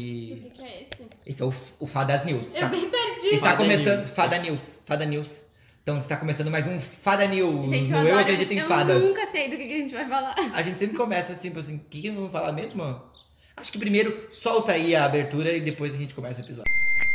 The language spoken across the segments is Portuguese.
O que é esse? Esse é o Fadas News. Eu bem perdi. Está começando Fada News. Então está começando mais um Fada News. Gente, Eu acredito em fadas. Eu nunca sei do que a gente vai falar. A gente sempre começa assim, o que vamos falar mesmo? Acho que primeiro solta aí a abertura e depois a gente começa o episódio.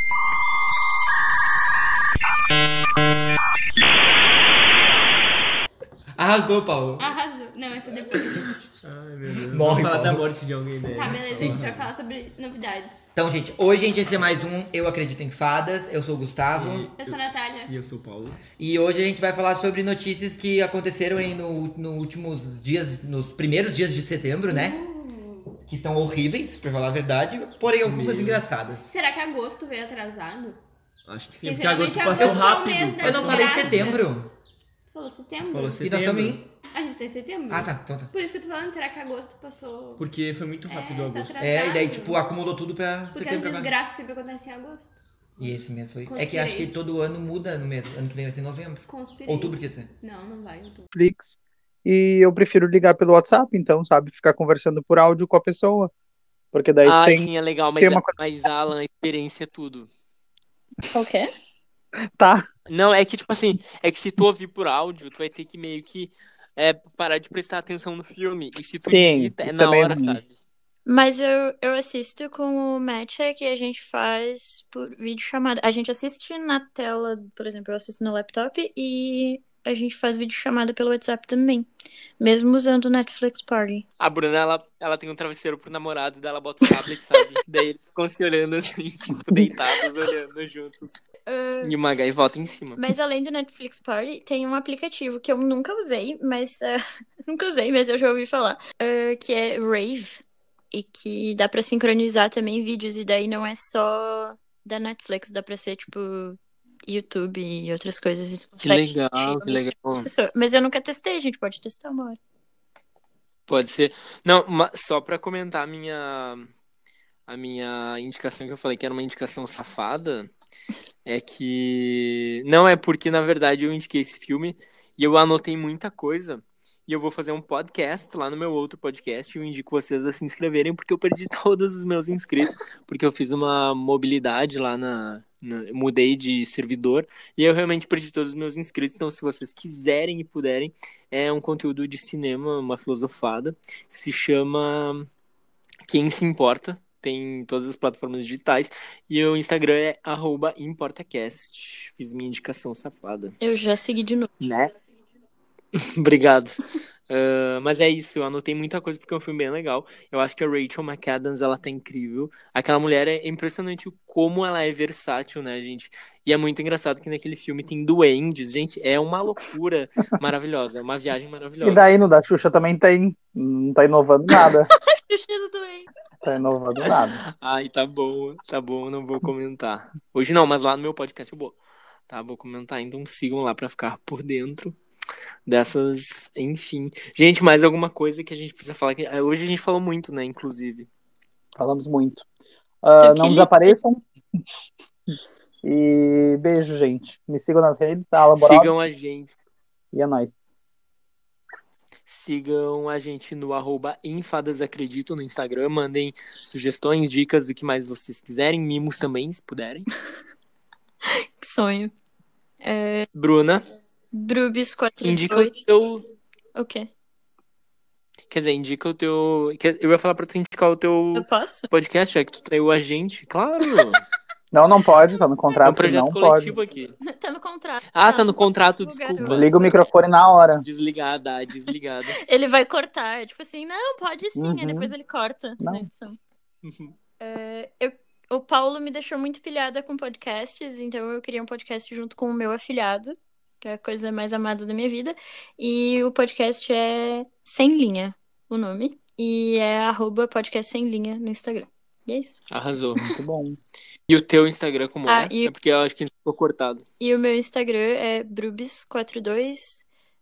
Arrasou, Paulo. Arrasou. Não, essa é depois. Ai, meu Deus. Morre, Vamos falar Paulo. da morte de alguém, né? Tá, beleza. Sim. A gente vai falar sobre novidades. Então, gente, hoje esse é mais um Eu Acredito em Fadas. Eu sou o Gustavo. Eu sou a Natália. E eu sou o Paulo. E hoje a gente vai falar sobre notícias que aconteceram aí nos últimos dias, nos primeiros dias de setembro, né? Que estão horríveis, pra falar a verdade, porém algumas engraçadas. Será que agosto veio atrasado? Acho que sim, Porque porque agosto geralmente passou agosto é o rápido. mês da Eu não falei desgraça. setembro. Tu falou setembro? Falou E nós setembro. estamos em... A gente tá em setembro. Ah, tá. Então tá. Por isso que eu tô falando, será que agosto passou... Porque foi muito rápido o tá agosto. atrasado. E daí, tipo, acumulou tudo pra Porque as setembro agora. desgraças sempre acontecem em agosto. E esse mês foi... Conspirei. É que acho que todo ano muda no mês. Ano que vem vai ser novembro. Conspirei. Outubro, quer dizer. Não vai, outubro. Netflix. E eu prefiro ligar pelo WhatsApp, então, sabe? Ficar conversando por áudio com a pessoa. Porque daí tem... Sim, é legal, tem uma coisa- mas Alan, a experiência é tudo. O quê? Tá, Não, é que, tipo assim, é que se tu ouvir por áudio, tu vai ter que meio que parar de prestar atenção no filme. E se tu Sim, digita, é isso na é meio hora, ruim. sabe? Mas eu assisto com o Matcha, que a gente faz por videochamada. A gente assiste na tela, por exemplo, eu assisto no laptop e a gente faz videochamada pelo WhatsApp também. Mesmo usando o Netflix Party. A Bruna, ela tem um travesseiro pro namorado, daí ela bota o tablet, sabe? Daí eles ficam se olhando assim, tipo, deitados, olhando juntos. E uma gaivota em cima. Mas além do Netflix Party, tem um aplicativo que eu nunca usei, mas eu já ouvi falar, que é Rave. E que dá pra sincronizar também vídeos, e daí não é só da Netflix, dá pra ser, tipo, YouTube e outras coisas. E tu Que consegue legal, assistir que legal. pessoa. Mas eu nunca testei, a gente pode testar uma hora. Pode ser. Não, só pra comentar a minha indicação que eu falei que era uma indicação safada, é que... Não, é porque, na verdade, eu indiquei esse filme e eu anotei muita coisa. E eu vou fazer um podcast lá no meu outro podcast. Eu indico vocês a se inscreverem, porque eu perdi todos os meus inscritos. Porque eu fiz uma mobilidade lá mudei de servidor. E eu realmente perdi todos os meus inscritos. Então, se vocês quiserem e puderem, é um conteúdo de cinema, uma filosofada. Se chama Quem Se Importa. Tem em todas as plataformas digitais. E o Instagram é @importacast. Fiz minha indicação safada. Eu já segui de novo. Né? Obrigado. Mas é isso, eu anotei muita coisa porque é um filme bem legal. Eu acho que a Rachel McAdams, ela tá incrível. Aquela mulher é impressionante como ela é versátil, né, gente? E é muito engraçado que naquele filme tem duendes. Gente, é uma loucura maravilhosa. É uma viagem maravilhosa. e daí no da Xuxa também tem. Não tá inovando nada. Preciso também. Tá inovando nada. Ai, tá bom, não vou comentar. Hoje não, mas lá no meu podcast eu vou. Tá, vou comentar. Então sigam lá pra ficar por dentro dessas, enfim. Gente, mais alguma coisa que a gente precisa falar? Hoje a gente falou muito, né, inclusive. Falamos muito. Tem que Não desapareçam. E beijo, gente. Me sigam nas redes, Alan Boró. Sigam a gente. E é nóis. Sigam a gente no @enfadasacredito no Instagram. Mandem sugestões, dicas, o que mais vocês quiserem. Mimos também, se puderem. Que sonho. Bruna, Brubis42. indica o teu... O quê? Quer dizer, indica o teu... Eu ia falar pra tu indicar o teu Eu posso? podcast, já que tu traiu a gente. Claro! Não pode, tá no É contrato. um projeto não coletivo pode. aqui. Tá no contrato. Ah, Não, tá no contrato, divulgar, desculpa. eu Desliga o microfone na hora. Desligada. Ele vai cortar. É tipo assim, não, pode sim. Aí Uhum. depois ele corta Não. na edição. O Paulo me deixou muito pilhada com podcasts, então eu queria um podcast junto com o meu afilhado, que é a coisa mais amada da minha vida. E o podcast é Sem Linha, o nome. E é @podcast sem linha no Instagram. E é isso. Arrasou. Muito bom. E o teu Instagram como é? e- É porque eu acho que ficou cortado. E o meu Instagram é Brubis42,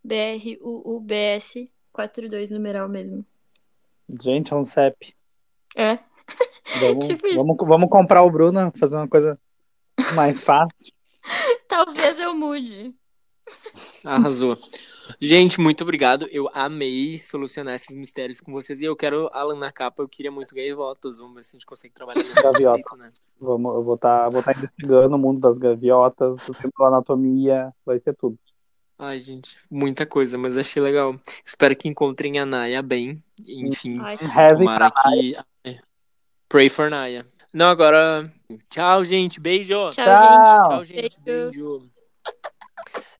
BRUUBS42, numeral mesmo. Gente, é um CEP. É. Vamos, Tipo isso. vamos comprar o Bruno, fazer uma coisa mais fácil. Talvez eu mude. Arrasou. Gente, muito obrigado. Eu amei solucionar esses mistérios com vocês. E eu quero Alan na capa. Eu queria muito gaivotas. Vamos ver se a gente consegue trabalhar nesse Gaviota. conceito, né? Eu vou estar investigando o mundo das gaviotas, do tempo da anatomia, vai ser tudo. Ai, gente, muita coisa, mas achei legal. Espero que encontrem a Naya bem. Enfim, Ai, Rezem tomara que... Pray for Naya. Não, agora... Tchau, gente. Beijo. tchau, Tchau. gente. Tchau, gente. Beijo. Beijo.